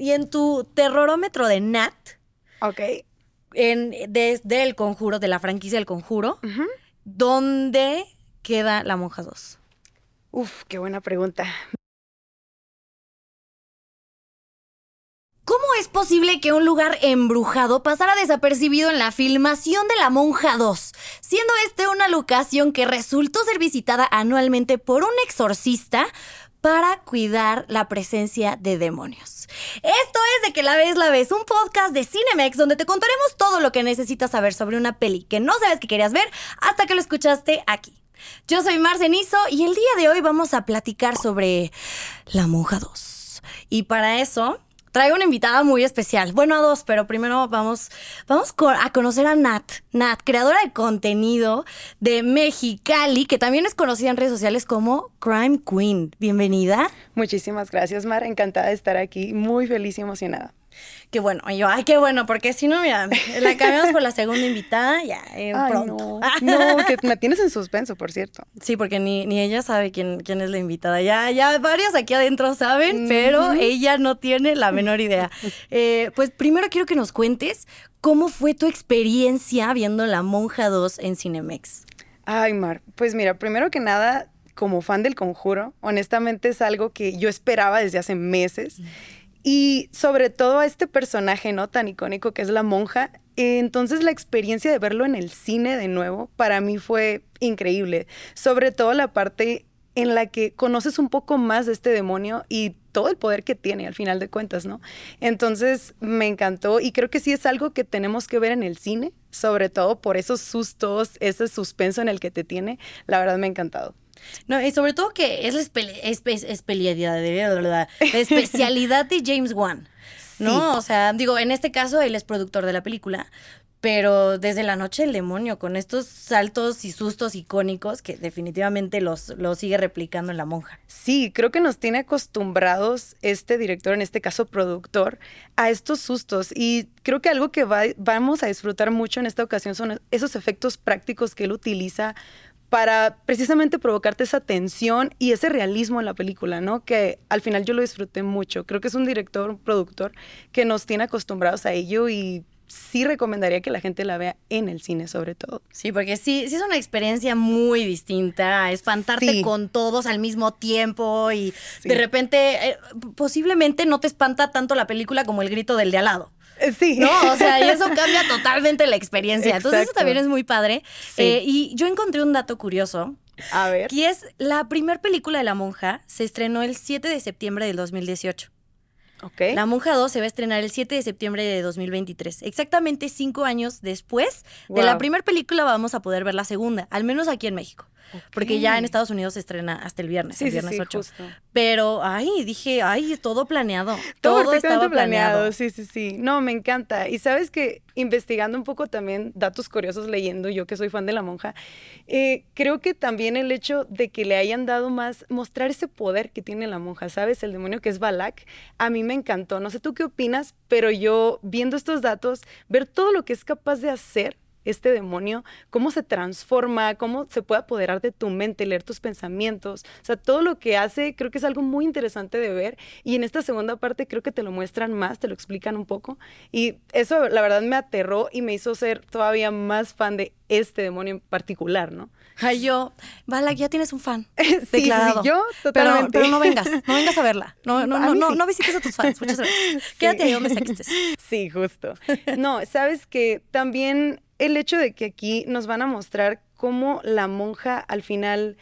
Y en tu terrorómetro de Nat, Ok. desde El Conjuro, de la franquicia El Conjuro, ¿dónde queda La Monja 2? Uf, qué buena pregunta. ¿Cómo es posible que un lugar embrujado pasara desapercibido en la filmación de La Monja 2, siendo una locación que resultó ser visitada anualmente por un exorcista para cuidar la presencia de demonios? Esto es De Que la ves, un podcast de Cinemex donde te contaremos todo lo que necesitas saber sobre una peli que no sabes que querías ver hasta que lo escuchaste aquí. Yo soy Mar Cenizo y el día de hoy vamos a platicar sobre La Monja 2. Y para eso traigo una invitada muy especial. Bueno, a dos, pero primero vamos a conocer a Nat. Nat, creadora de contenido de Mexicali, que también es conocida en redes sociales como Crime Queen. Bienvenida. Muchísimas gracias, Mar. Encantada de estar aquí. Muy feliz y emocionada. Qué bueno. Y yo, qué bueno, porque si no, mira, la cambiamos por la segunda invitada ya pronto. No, que me tienes en suspenso, por cierto. Sí, porque ni ella sabe quién es la invitada. Ya varios aquí adentro saben, pero ella no tiene la menor idea. Pues primero quiero que nos cuentes cómo fue tu experiencia viendo La Monja 2 en Cinemex. Ay, Mar, pues mira, primero que nada, como fan del Conjuro, honestamente es algo que yo esperaba desde hace meses. Y sobre todo a este personaje, ¿no?, tan icónico que es la monja. Entonces la experiencia de verlo en el cine de nuevo para mí fue increíble. Sobre todo la parte en la que conoces un poco más de este demonio y todo el poder que tiene al final de cuentas, ¿no? Entonces me encantó y creo que sí es algo que tenemos que ver en el cine, sobre todo por esos sustos, ese suspenso en el que te tiene. La verdad me ha encantado. No, y sobre todo que es la especialidad de James Wan, ¿no? Sí. O sea, digo, en este caso él es productor de la película, pero desde La Noche del Demonio, con estos saltos y sustos icónicos que definitivamente los sigue replicando en La Monja. Sí, creo que nos tiene acostumbrados este director, en este caso productor, a estos sustos. Y creo que algo que vamos a disfrutar mucho en esta ocasión son esos efectos prácticos que él utiliza para precisamente provocarte esa tensión y ese realismo en la película, ¿no? Que al final yo lo disfruté mucho. Creo que es un director, un productor que nos tiene acostumbrados a ello y sí recomendaría que la gente la vea en el cine, sobre todo. Sí, porque sí es una experiencia muy distinta, espantarte con todos al mismo tiempo y de repente posiblemente no te espanta tanto la película como el grito del de al lado. Sí. No, o sea, y eso cambia totalmente la experiencia. Exacto. Entonces eso también es muy padre. Sí. Y yo encontré un dato curioso. A ver. Que es la primera película de La Monja se estrenó el 7 de septiembre del 2018. Okay. La Monja 2 se va a estrenar el 7 de septiembre de 2023. Exactamente 5 años después de la primera película vamos a poder ver la segunda, al menos aquí en México. Okay. Porque ya en Estados Unidos se estrena hasta el viernes, el viernes 8. Justo. Pero, dije, todo planeado. Todo estaba planeado. Sí. No, me encanta. Y sabes que investigando un poco también datos curiosos, leyendo, yo que soy fan de La Monja, creo que también el hecho de que le hayan dado mostrar ese poder que tiene la monja, ¿sabes? El demonio que es Balak, a mí me encantó. No sé tú qué opinas, pero yo viendo estos datos, ver todo lo que es capaz de hacer este demonio, cómo se transforma, cómo se puede apoderar de tu mente, leer tus pensamientos, o sea, todo lo que hace creo que es algo muy interesante de ver y en esta segunda parte creo que te lo muestran más, te lo explican un poco y eso la verdad me aterró y me hizo ser todavía más fan de este demonio en particular, ¿no? Ay, Balak, ya tienes un fan declarado. Sí, yo totalmente. Pero no vengas a verla. No visites a tus fans. Muchas gracias. Sí. Quédate ahí donde saquiste. Sí, justo. No, sabes que también el hecho de que aquí nos van a mostrar cómo la monja al final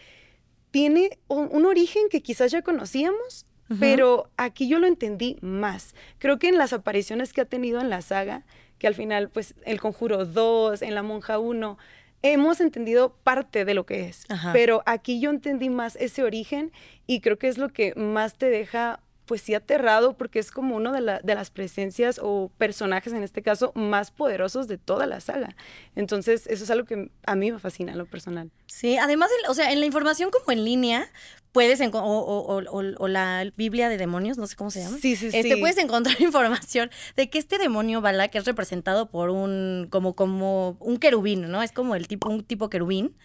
tiene un origen que quizás ya conocíamos, pero aquí yo lo entendí más. Creo que en las apariciones que ha tenido en la saga, que al final, pues, El Conjuro 2, en La Monja 1, hemos entendido parte de lo que es. Pero aquí yo entendí más ese origen y creo que es lo que más te deja pues sí aterrado porque es como uno de las presencias o personajes, en este caso, más poderosos de toda la saga. Entonces, eso es algo que a mí me fascina en lo personal. Sí, además, o sea, en la información como en línea, puedes o la Biblia de demonios, no sé cómo se llama. Sí. Puedes encontrar información de que este demonio Balak es representado por como un querubín, ¿no? Es como un tipo querubín,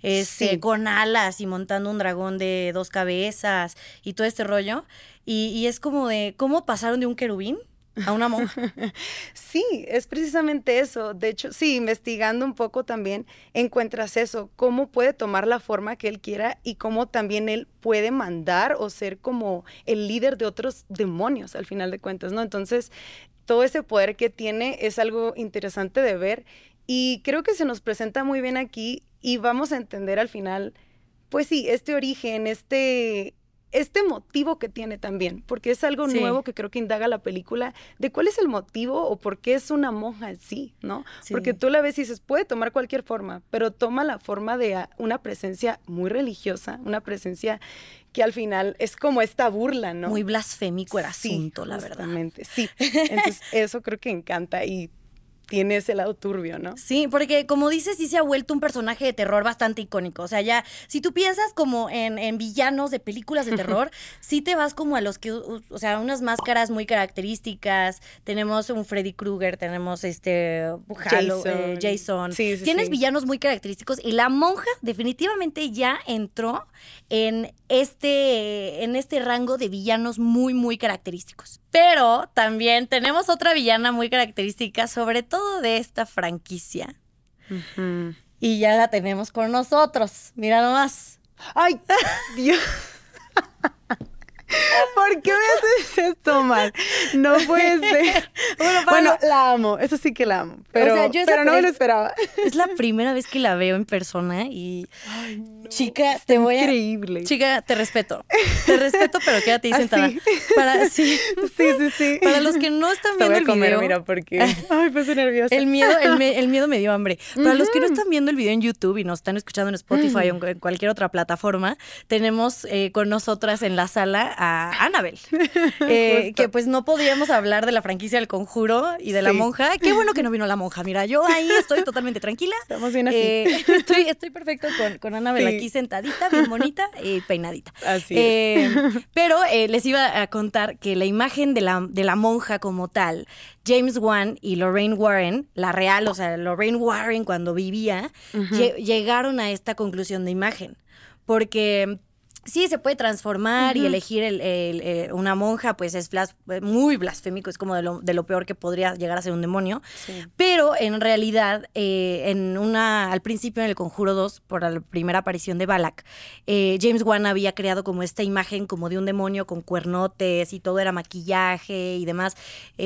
con alas y montando un dragón de 2 cabezas y todo este rollo. Y es como de cómo pasaron de un querubín a una monja. Sí, es precisamente eso. De hecho, sí, investigando un poco también encuentras eso, cómo puede tomar la forma que él quiera y cómo también él puede mandar o ser como el líder de otros demonios al final de cuentas, ¿no? Entonces, todo ese poder que tiene es algo interesante de ver y creo que se nos presenta muy bien aquí y vamos a entender al final, pues sí, este origen, este motivo que tiene también, porque es algo nuevo que creo que indaga la película de cuál es el motivo o por qué es una monja en sí, ¿no? Sí. Porque tú la ves y dices, puede tomar cualquier forma, pero toma la forma de una presencia muy religiosa, una presencia que al final es como esta burla, ¿no? Muy blasfémico el Sí, asunto, la verdad. Sí, entonces eso creo que encanta y tiene ese lado turbio, ¿no? Sí, porque como dices, sí se ha vuelto un personaje de terror bastante icónico. O sea, ya, si tú piensas como en villanos de películas de terror, sí te vas como a los que, o sea, unas máscaras muy características. Tenemos un Freddy Krueger, tenemos Jason. Sí, Tienes villanos muy característicos y la monja definitivamente ya entró en este rango de villanos muy, muy característicos. Pero también tenemos otra villana muy característica, sobre todo de esta franquicia. Uh-huh. Y ya la tenemos con nosotros. Mira nomás. ¡Ay, Dios! ¿Por qué me haces esto mal? No puede ser. Bueno, la amo. Eso sí que la amo. Pero, o sea, pero no me lo esperaba. Es la primera vez que la veo en persona y... Ay, no, chica, increíble. Chica, te respeto. Te respeto, pero quédate ahí sentada. Sí. Para los que no están viendo el video... Mira, porque... Ay, pues nerviosa. El miedo me dio hambre. Para los que no están viendo el video en YouTube y nos están escuchando en Spotify o en cualquier otra plataforma, tenemos con nosotras en la sala a Annabelle. Que pues no podíamos hablar de la franquicia del Conjuro y de la monja. Qué bueno que no vino la monja. Mira, yo ahí estoy totalmente tranquila. Estamos bien así. Estoy perfecto con Annabelle aquí sentadita, bien bonita y peinadita. Así es. Pero les iba a contar que la imagen de la monja como tal, James Wan y Lorraine Warren, la real, o sea, Lorraine Warren cuando vivía, llegaron a esta conclusión de imagen. Porque... sí, se puede transformar y elegir una monja, pues es muy blasfémico, es como de lo peor que podría llegar a ser un demonio. Sí. Pero en realidad, al principio en el Conjuro 2, por la primera aparición de Valak, James Wan había creado como esta imagen como de un demonio con cuernotes y todo era maquillaje y demás.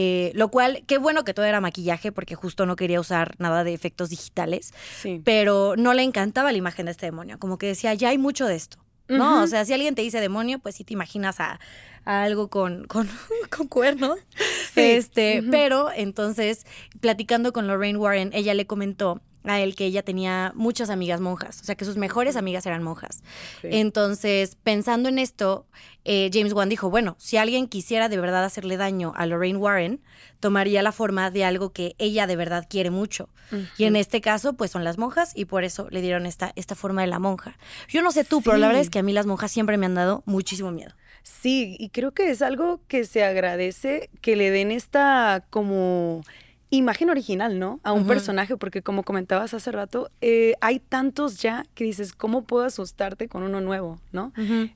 Lo cual, qué bueno que todo era maquillaje porque justo no quería usar nada de efectos digitales. Sí. Pero no le encantaba la imagen de este demonio, como que decía, ya hay mucho de esto. ¿No? O sea, si alguien te dice demonio, pues sí te imaginas a algo con cuernos. Sí. Pero entonces, platicando con Lorraine Warren, ella le comentó a él que ella tenía muchas amigas monjas, o sea, que sus mejores amigas eran monjas. Sí. Entonces, pensando en esto, James Wan dijo, bueno, si alguien quisiera de verdad hacerle daño a Lorraine Warren, tomaría la forma de algo que ella de verdad quiere mucho. Y en este caso, pues son las monjas y por eso le dieron esta forma de la monja. Yo no sé tú, pero la verdad es que a mí las monjas siempre me han dado muchísimo miedo. Sí, y creo que es algo que se agradece que le den esta como... imagen original, ¿no? A un personaje, porque como comentabas hace rato, hay tantos ya que dices, ¿cómo puedo asustarte con uno nuevo, no?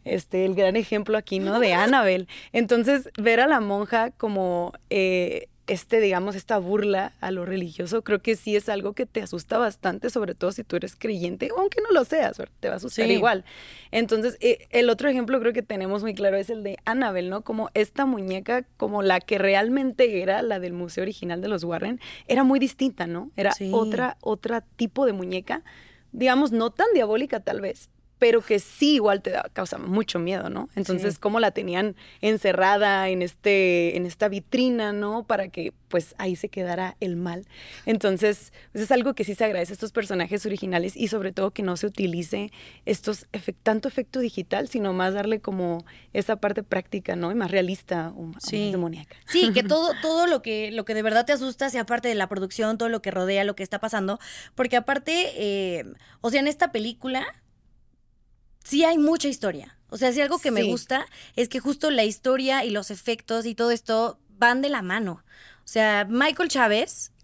El gran ejemplo aquí, ¿no? De Annabelle. Entonces, ver a la monja como digamos, esta burla a lo religioso, creo que sí es algo que te asusta bastante, sobre todo si tú eres creyente, aunque no lo seas, te va a asustar igual. Entonces, el otro ejemplo creo que tenemos muy claro es el de Annabelle, ¿no? Como esta muñeca, como la que realmente era la del museo original de los Warren, era muy distinta, ¿no? Era otra tipo de muñeca, digamos, no tan diabólica tal vez, pero que sí igual causa mucho miedo, ¿no? Entonces, cómo la tenían encerrada en esta vitrina, ¿no? Para que, pues, ahí se quedara el mal. Entonces, pues, es algo que sí se agradece a estos personajes originales y sobre todo que no se utilice tanto efecto digital, sino más darle como esa parte práctica, ¿no? Y más realista o más demoníaca. Sí, que todo lo que de verdad te asusta sea parte de la producción, todo lo que rodea, lo que está pasando, porque aparte, o sea, en esta película... sí hay mucha historia. O sea, si algo que me gusta es que justo la historia y los efectos y todo esto van de la mano. O sea, Michael Chávez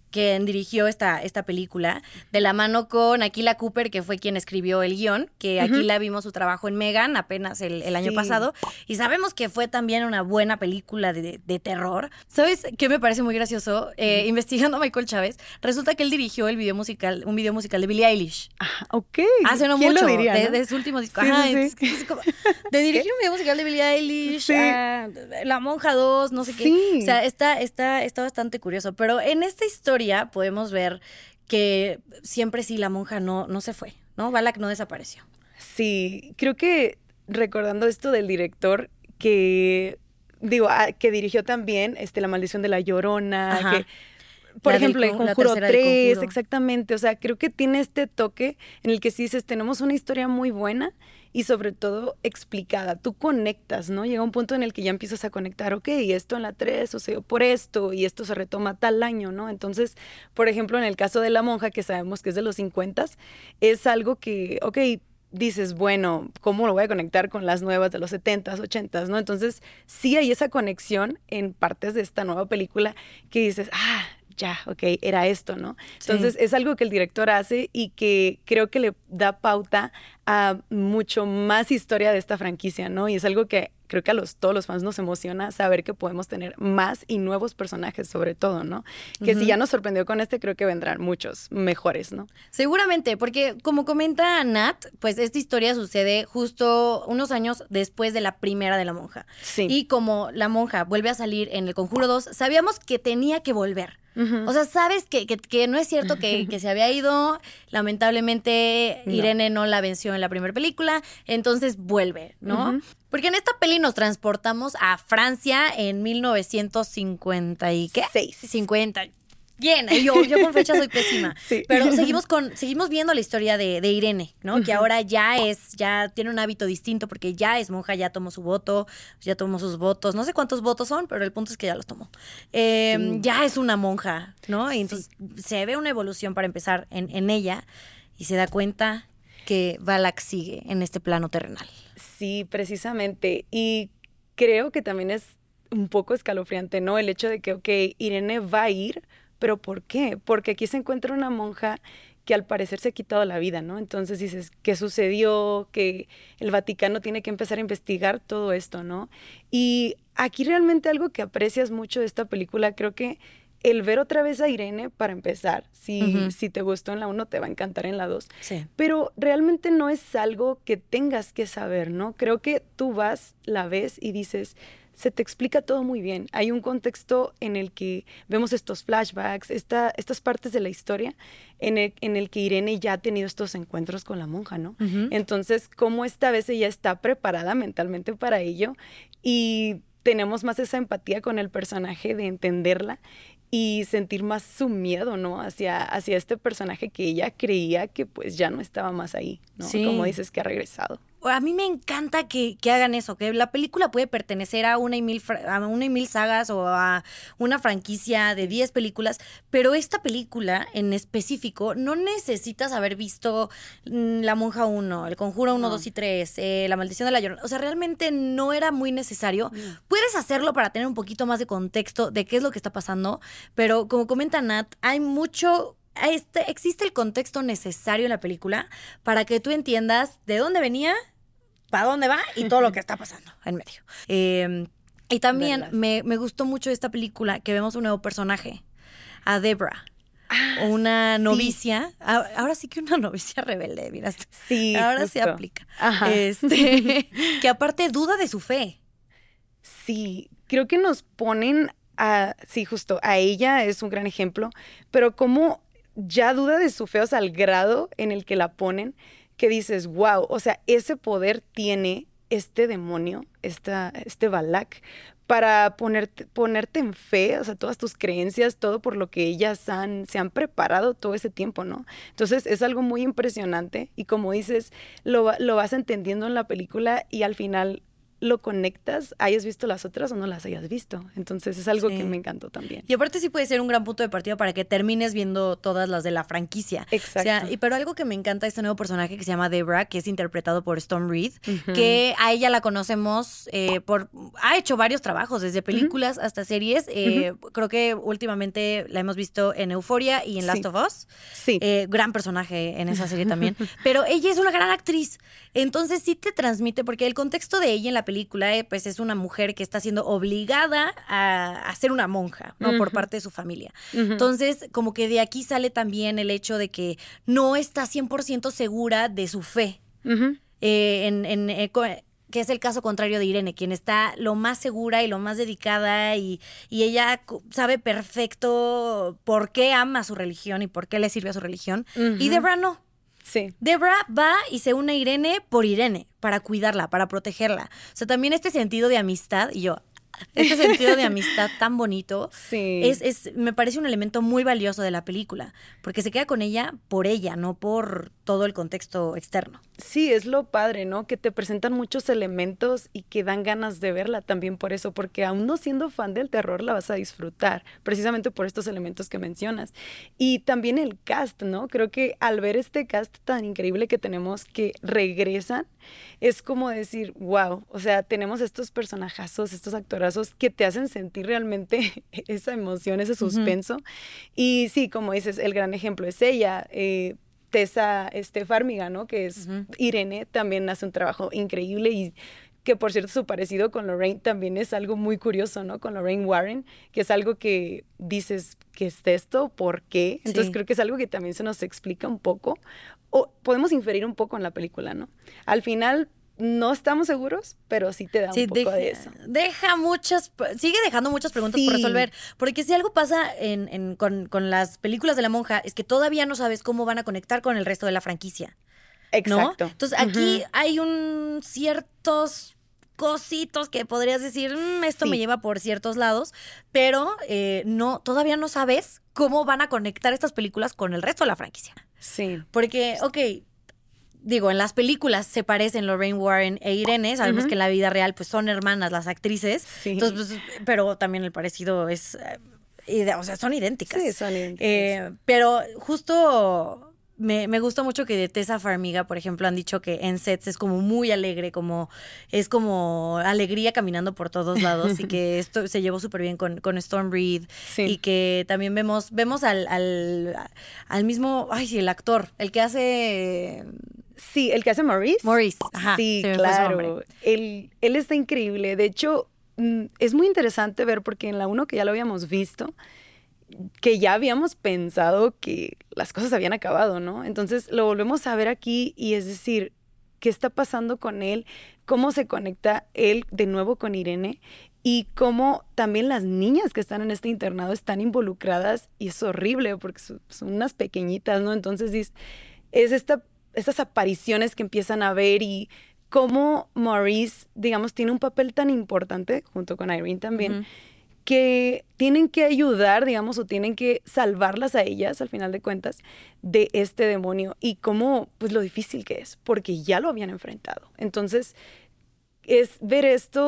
quien dirigió esta película, de la mano con Aquila Cooper, que fue quien escribió el guión, que Aquila vimos su trabajo en Megan apenas el año pasado, y sabemos que fue también una buena película de terror. ¿Sabes qué me parece muy gracioso? Investigando a Michael Chávez, resulta que él dirigió un video musical de Billie Eilish. Ok. Hace no ¿Quién mucho, lo diría, ¿no? de su último disco. Sí, Ajá, sí, sí. es como de dirigir un video musical de Billie Eilish, La Monja 2, no sé qué. Sí. O sea, está bastante curioso. Pero en esta historia podemos ver que siempre sí la monja no se fue, ¿no? Balak no desapareció. Sí, creo que recordando esto del director que dirigió también La Maldición de la Llorona, Ajá. que por ejemplo, El Conjuro 3, Conjuro. exactamente. O sea, creo que tiene este toque en el que sí dices, tenemos una historia muy buena y sobre todo explicada. Tú conectas, ¿no? Llega un punto en el que ya empiezas a conectar, ok, esto en la 3 sucedió por esto y esto se retoma tal año, ¿no? Entonces, por ejemplo, en el caso de La Monja, que sabemos que es de los 50, es algo que, ok, dices, bueno, ¿cómo lo voy a conectar con las nuevas de los 70s, 80s, ¿no? Entonces, sí hay esa conexión en partes de esta nueva película que dices, ya, ok, era esto, ¿no? Entonces, es algo que el director hace y que creo que le da pauta a mucho más historia de esta franquicia, ¿no? Y es algo que creo que a todos los fans nos emociona saber que podemos tener más y nuevos personajes, sobre todo, ¿no? Que si ya nos sorprendió con creo que vendrán muchos mejores, ¿no? Seguramente, porque como comenta Nat, pues esta historia sucede justo unos años después de la primera de La Monja. Sí. Y como La Monja vuelve a salir en El Conjuro 2, sabíamos que tenía que volver. O sea, sabes que no es cierto que se había ido. Lamentablemente, Irene no la venció en la primera película, entonces vuelve, ¿no? Porque en esta peli nos transportamos a Francia en 1950 y ¿qué? 50. Bien, yo con fecha soy pésima. Sí. Pero seguimos viendo la historia de Irene, ¿no? Que ahora ya tiene un hábito distinto porque ya es monja, ya tomó su voto, ya tomó sus votos. No sé cuántos votos son, pero el punto es que ya los tomó. Ya es una monja, ¿no? Y entonces se ve una evolución para empezar en ella y se da cuenta que Balak sigue en este plano terrenal. Sí, precisamente. Y creo que también es un poco escalofriante, ¿no? El hecho de que, ok, Irene va a ir, ¿pero por qué? Porque aquí se encuentra una monja que al parecer se ha quitado la vida, ¿no? Entonces dices, ¿qué sucedió? Que el Vaticano tiene que empezar a investigar todo esto, ¿no? Y aquí realmente algo que aprecias mucho de esta película, creo que el ver otra vez a Irene, para empezar, si te gustó en la 1, te va a encantar en la 2. Sí. Pero realmente no es algo que tengas que saber, ¿no? Creo que tú la ves y dices, se te explica todo muy bien. Hay un contexto en el que vemos estos flashbacks, estas partes de la historia en el que Irene ya ha tenido estos encuentros con la monja, ¿no? Entonces, cómo esta vez ella está preparada mentalmente para ello y tenemos más esa empatía con el personaje de entenderla y sentir más su miedo, ¿no? Hacia este personaje que ella creía que pues ya no estaba más ahí, ¿no? Sí. Como dices, que ha regresado. A mí me encanta que hagan eso, que la película puede pertenecer a una y mil sagas o a una franquicia de 10 películas, pero esta película en específico no necesitas haber visto La Monja 1, El Conjuro 1, 2 y 3, La Maldición de la Llorona. O sea, realmente no era muy necesario. Puedes hacerlo para tener un poquito más de contexto de qué es lo que está pasando, pero como comenta Nat, hay mucho... existe el contexto necesario en la película para que tú entiendas de dónde venía, para dónde va y todo lo que está pasando en medio. Y también me gustó mucho esta película que vemos un nuevo personaje, a Debra. Una novicia, ahora sí que una novicia rebelde, mira. Sí, ahora justo. se aplica. Ajá. Que aparte duda de su fe. Sí, creo que nos ponen justo a ella es un gran ejemplo, pero como ya duda de su fe, o sea, al grado en el que la ponen, que dices, wow, o sea, ese poder tiene este demonio, este Balak, para ponerte en fe, o sea, todas tus creencias, todo por lo que ellas se han preparado todo ese tiempo, ¿no? Entonces es algo muy impresionante y como dices, lo vas entendiendo en la película y al final lo conectas, hayas visto las otras o no las hayas visto. Entonces es algo que me encantó también. Y aparte sí puede ser un gran punto de partida para que termines viendo todas las de la franquicia. Exacto. O sea, pero algo que me encanta es este nuevo personaje que se llama Debra, que es interpretado por Storm Reid, que a ella la conocemos ha hecho varios trabajos, desde películas hasta series. Creo que últimamente la hemos visto en Euphoria y en Last of Us. Sí. Gran personaje en esa serie también. Pero ella es una gran actriz. Entonces sí te transmite, porque el contexto de ella en la película, pues es una mujer que está siendo obligada a ser una monja, ¿no? Por parte de su familia. Entonces, como que de aquí sale también el hecho de que no está 100% segura de su fe. Que es el caso contrario de Irene, quien está lo más segura y lo más dedicada y ella sabe perfecto por qué ama su religión y por qué le sirve a su religión. Y Debra no. Sí. Debra va y se une a Irene por Irene, para cuidarla, para protegerla. O sea, también este sentido de amistad, este sentido de amistad tan bonito, me parece un elemento muy valioso de la película, porque se queda con ella por ella, no por todo el contexto externo. Sí, es lo padre, ¿no? Que te presentan muchos elementos y que dan ganas de verla también por eso, porque aún no siendo fan del terror la vas a disfrutar, precisamente por estos elementos que mencionas. Y también el cast, ¿no? Creo que al ver este cast tan increíble que tenemos que regresan, es como decir, wow, o sea, tenemos estos personajazos, estos actorazos que te hacen sentir realmente esa emoción, ese suspenso. Y sí, como dices, el gran ejemplo es ella, Tessa Farmiga, ¿no? Que es Irene, también hace un trabajo increíble y que, por cierto, su parecido con Lorraine también es algo muy curioso, ¿no? Con Lorraine Warren, que es algo que dices, ¿qué es esto? ¿Por qué? Entonces creo que es algo que también se nos explica un poco o podemos inferir un poco en la película, ¿no? Al final no estamos seguros, pero sí te da un poco de eso. Sigue dejando muchas preguntas por resolver, porque si algo pasa con las películas de la monja es que todavía no sabes cómo van a conectar con el resto de la franquicia. Exacto. ¿No? Entonces aquí hay ciertos cositos que podrías decir, esto me lleva por ciertos lados, pero todavía no sabes cómo van a conectar estas películas con el resto de la franquicia. Sí. Porque, en las películas se parecen Lorraine Warren e Irene, sabemos que en la vida real pues son hermanas las actrices, entonces, pero también el parecido es, son idénticas. Sí, son idénticas. Pero justo me gusta mucho que de Tessa Farmiga, por ejemplo, han dicho que en sets es como muy alegre, es como alegría caminando por todos lados y que esto se llevó súper bien con Storm Reid y que también vemos al mismo, el actor, el que hace... Sí, el que hace Maurice. Maurice, ajá. Sí, claro. Él está increíble. De hecho, es muy interesante ver porque en la 1 que ya lo habíamos visto, que ya habíamos pensado que las cosas habían acabado, ¿no? Entonces lo volvemos a ver aquí y es decir, ¿qué está pasando con él? ¿Cómo se conecta él de nuevo con Irene? Y cómo también las niñas que están en este internado están involucradas y es horrible porque son unas pequeñitas, ¿no? Entonces es estas apariciones que empiezan a ver y cómo Maurice, digamos, tiene un papel tan importante, junto con Irene también, que tienen que ayudar, digamos, o tienen que salvarlas a ellas, al final de cuentas, de este demonio y cómo, pues, lo difícil que es, porque ya lo habían enfrentado. Entonces, es ver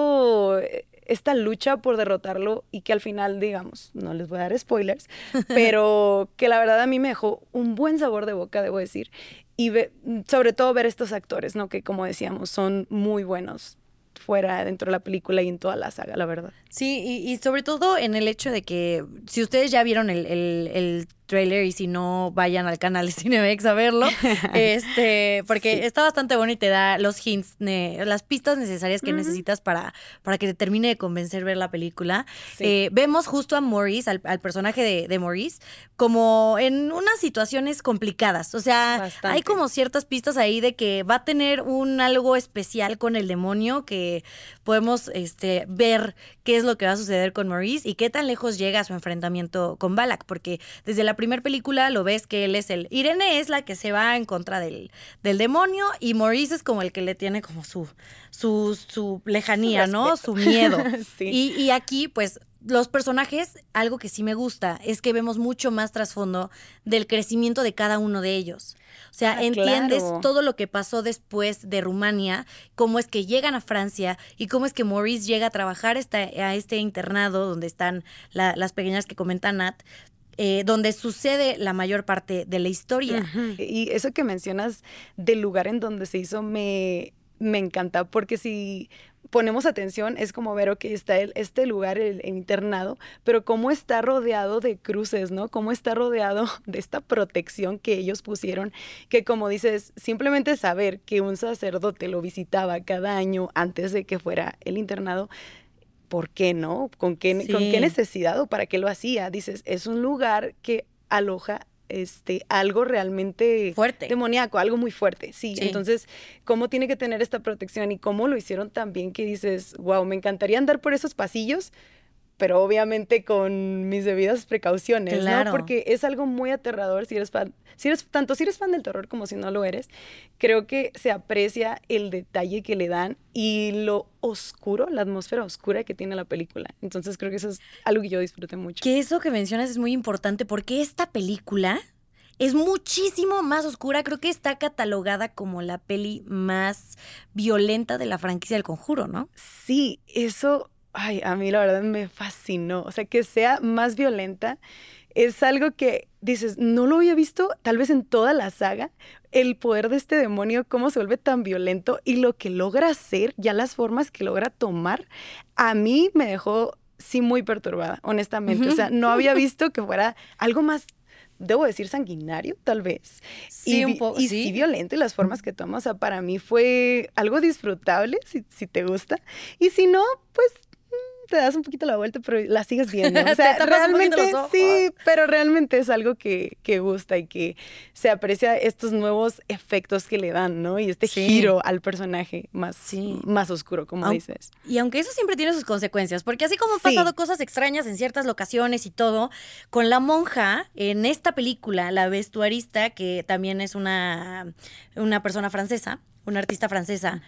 esta lucha por derrotarlo y que al final, digamos, no les voy a dar spoilers, pero que la verdad a mí me dejó un buen sabor de boca, debo decir, y sobre todo ver estos actores, ¿no? Que como decíamos, son muy buenos dentro de la película y en toda la saga, la verdad. Sí, y sobre todo en el hecho de que si ustedes ya vieron el trailer y si no, vayan al canal de Cinemex a verlo, porque está bastante bueno y te da los hints, las pistas necesarias que necesitas para que te termine de convencer ver la película. Vemos justo a Maurice, al personaje de Maurice, como en unas situaciones complicadas. O sea, hay como ciertas pistas ahí de que va a tener algo especial con el demonio que podemos ver qué es lo que va a suceder con Maurice y qué tan lejos llega su enfrentamiento con Balak, porque desde la primera película lo ves que él es Irene es la que se va en contra del demonio y Maurice es como el que le tiene como su lejanía, ¿no? Su miedo. Y aquí, pues, los personajes, algo que sí me gusta, es que vemos mucho más trasfondo del crecimiento de cada uno de ellos. O sea, entiendes todo lo que pasó después de Rumania, cómo es que llegan a Francia y cómo es que Maurice llega a trabajar a este internado donde están las pequeñas que comenta Nat, donde sucede la mayor parte de la historia. Y eso que mencionas del lugar en donde se hizo me encanta, porque si ponemos atención es como ver, ok, está este lugar, el internado, pero cómo está rodeado de cruces, ¿no? Cómo está rodeado de esta protección que ellos pusieron, que como dices, simplemente saber que un sacerdote lo visitaba cada año antes de que fuera el internado, ¿por qué no? ¿Con qué necesidad o para qué lo hacía? Dices, es un lugar que aloja algo realmente fuerte, demoníaco, algo muy fuerte, sí. Entonces, ¿cómo tiene que tener esta protección y cómo lo hicieron tan bien que dices, wow, me encantaría andar por esos pasillos, pero obviamente con mis debidas precauciones, claro, ¿no? Porque es algo muy aterrador si eres fan del terror como si no lo eres. Creo que se aprecia el detalle que le dan y lo oscuro, la atmósfera oscura que tiene la película. Entonces creo que eso es algo que yo disfruté mucho. Que eso que mencionas es muy importante porque esta película es muchísimo más oscura. Creo que está catalogada como la peli más violenta de la franquicia del Conjuro, ¿no? Sí, eso... Ay, a mí la verdad me fascinó. O sea, que sea más violenta es algo que dices, no lo había visto tal vez en toda la saga. El poder de este demonio, cómo se vuelve tan violento y lo que logra hacer, ya las formas que logra tomar, a mí me dejó sí muy perturbada, honestamente. O sea, no había visto que fuera algo más, debo decir, sanguinario, tal vez. Sí, un poco, y sí violento, y las formas que toma, o sea, para mí fue algo disfrutable, si te gusta. Y si no, pues te das un poquito la vuelta, pero la sigues viendo. O sea, realmente sí, pero realmente es algo que gusta y que se aprecia estos nuevos efectos que le dan, ¿no? Y este giro al personaje más oscuro, como dices. Y aunque eso siempre tiene sus consecuencias, porque así como han pasado cosas extrañas en ciertas locaciones y todo, con la monja, en esta película, la vestuarista, que también es una persona francesa, una artista francesa,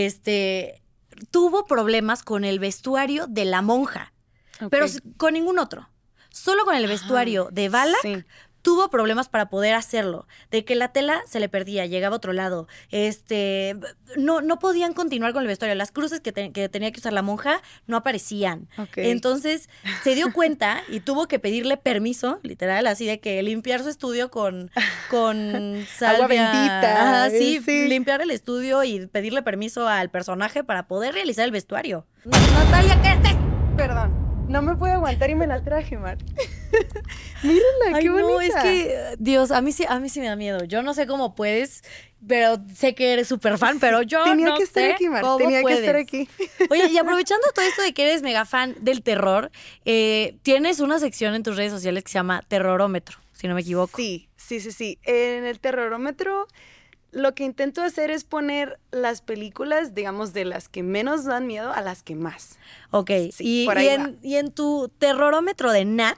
tuvo problemas con el vestuario de la monja, pero con ningún otro. Solo con el vestuario de Valak tuvo problemas para poder hacerlo. De que la tela se le perdía, llegaba a otro lado. No podían continuar con el vestuario. Las cruces que tenía que usar la monja no aparecían. Entonces se dio cuenta y tuvo que pedirle permiso, literal, así de que limpiar su estudio con salvia. Agua bendita. Limpiar el estudio y pedirle permiso al personaje para poder realizar el vestuario. Natalia, ¿qué es? Perdón. No me puedo aguantar y me la traje, Mar. Mírenla, qué bonita. No, es que, Dios, a mí sí me da miedo. Yo no sé cómo puedes, pero sé que eres súper fan, pero yo tenía que estar aquí, Mar. Tenía que estar aquí. Oye, y aprovechando todo esto de que eres mega fan del terror, tienes una sección en tus redes sociales que se llama Terrorómetro, si no me equivoco. Sí. En el Terrorómetro lo que intento hacer es poner las películas, digamos, de las que menos dan miedo a las que más. Ok, sí, y en tu terrorómetro de Nat,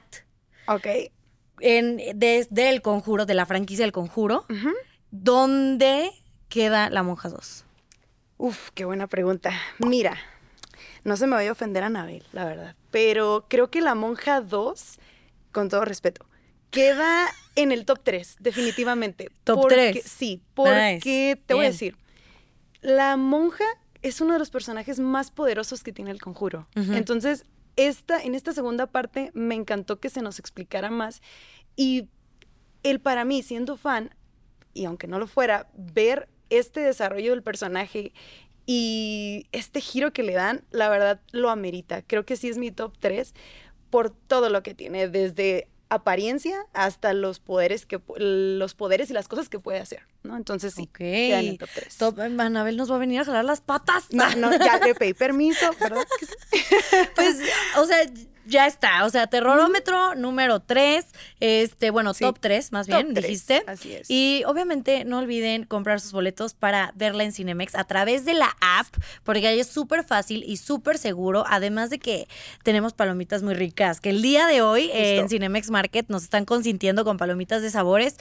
desde El Conjuro, de la franquicia El Conjuro, ¿dónde queda La Monja 2? Uf, qué buena pregunta. Mira, no se me vaya a ofender a Anabel, la verdad, pero creo que La Monja 2, con todo respeto, queda en el top 3, definitivamente. ¿Top 3? Sí, porque te voy a decir, la monja es uno de los personajes más poderosos que tiene El Conjuro. Entonces, en esta segunda parte me encantó que se nos explicara más. Y para mí, siendo fan, y aunque no lo fuera, ver este desarrollo del personaje y este giro que le dan, la verdad, lo amerita. Creo que sí es mi top 3 por todo lo que tiene, desde apariencia hasta los poderes y las cosas que puede hacer, ¿no? Entonces sí, queda en el top 3. Anabel nos va a venir a jalar las patas. No, ya le pedí permiso, ¿verdad? Pues, o sea, ya está. O sea, Terrorómetro número 3, top 3, más bien, dijiste. Así es. Y obviamente no olviden comprar sus boletos para verla en Cinemex a través de la app, porque ahí es súper fácil y súper seguro, además de que tenemos palomitas muy ricas, que el día de hoy en Cinemex Market nos están consintiendo con palomitas de sabores.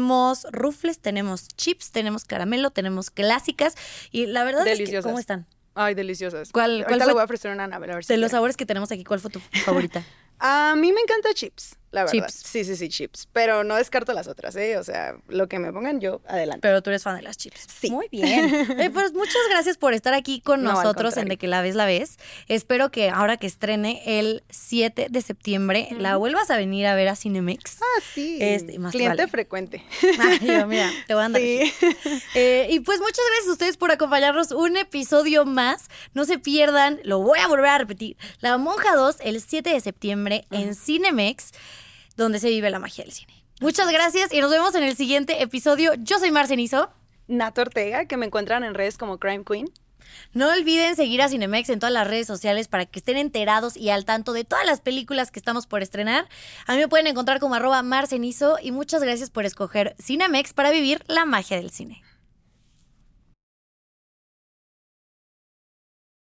Tenemos rufles, tenemos chips, tenemos caramelo, tenemos clásicas y la verdad deliciosas. es que, ¿cómo están? Ay, deliciosas. ¿Cuál Ahorita fue? le voy a ofrecer una Anabel, a ver si De los quiere. sabores que tenemos aquí, ¿cuál fue tu favorita? A mí me encanta chips, la verdad. Chips. Sí, chips. Pero no descarto las otras, ¿eh? O sea, lo que me pongan yo, adelante. Pero tú eres fan de las chips. Sí. Muy bien. Pues muchas gracias por estar aquí con No, al nosotros en contrario. De que la ves. Espero que ahora que estrene el 7 de septiembre la vuelvas a venir a ver a Cinemex. Ah, sí. Más te Cliente vale. frecuente. Ay, yo, mira, te voy a andar. Sí. Y pues muchas gracias a ustedes por acompañarnos un episodio más. No se pierdan, lo voy a volver a repetir. La Monja 2 el 7 de septiembre en Cinemex, donde se vive la magia del cine. Muchas gracias y nos vemos en el siguiente episodio. Yo soy Marcenizo. Nat Ortega, que me encuentran en redes como Crime Queen. No olviden seguir a Cinemex en todas las redes sociales para que estén enterados y al tanto de todas las películas que estamos por estrenar. A mí me pueden encontrar como @Marcenizo y muchas gracias por escoger Cinemex para vivir la magia del cine.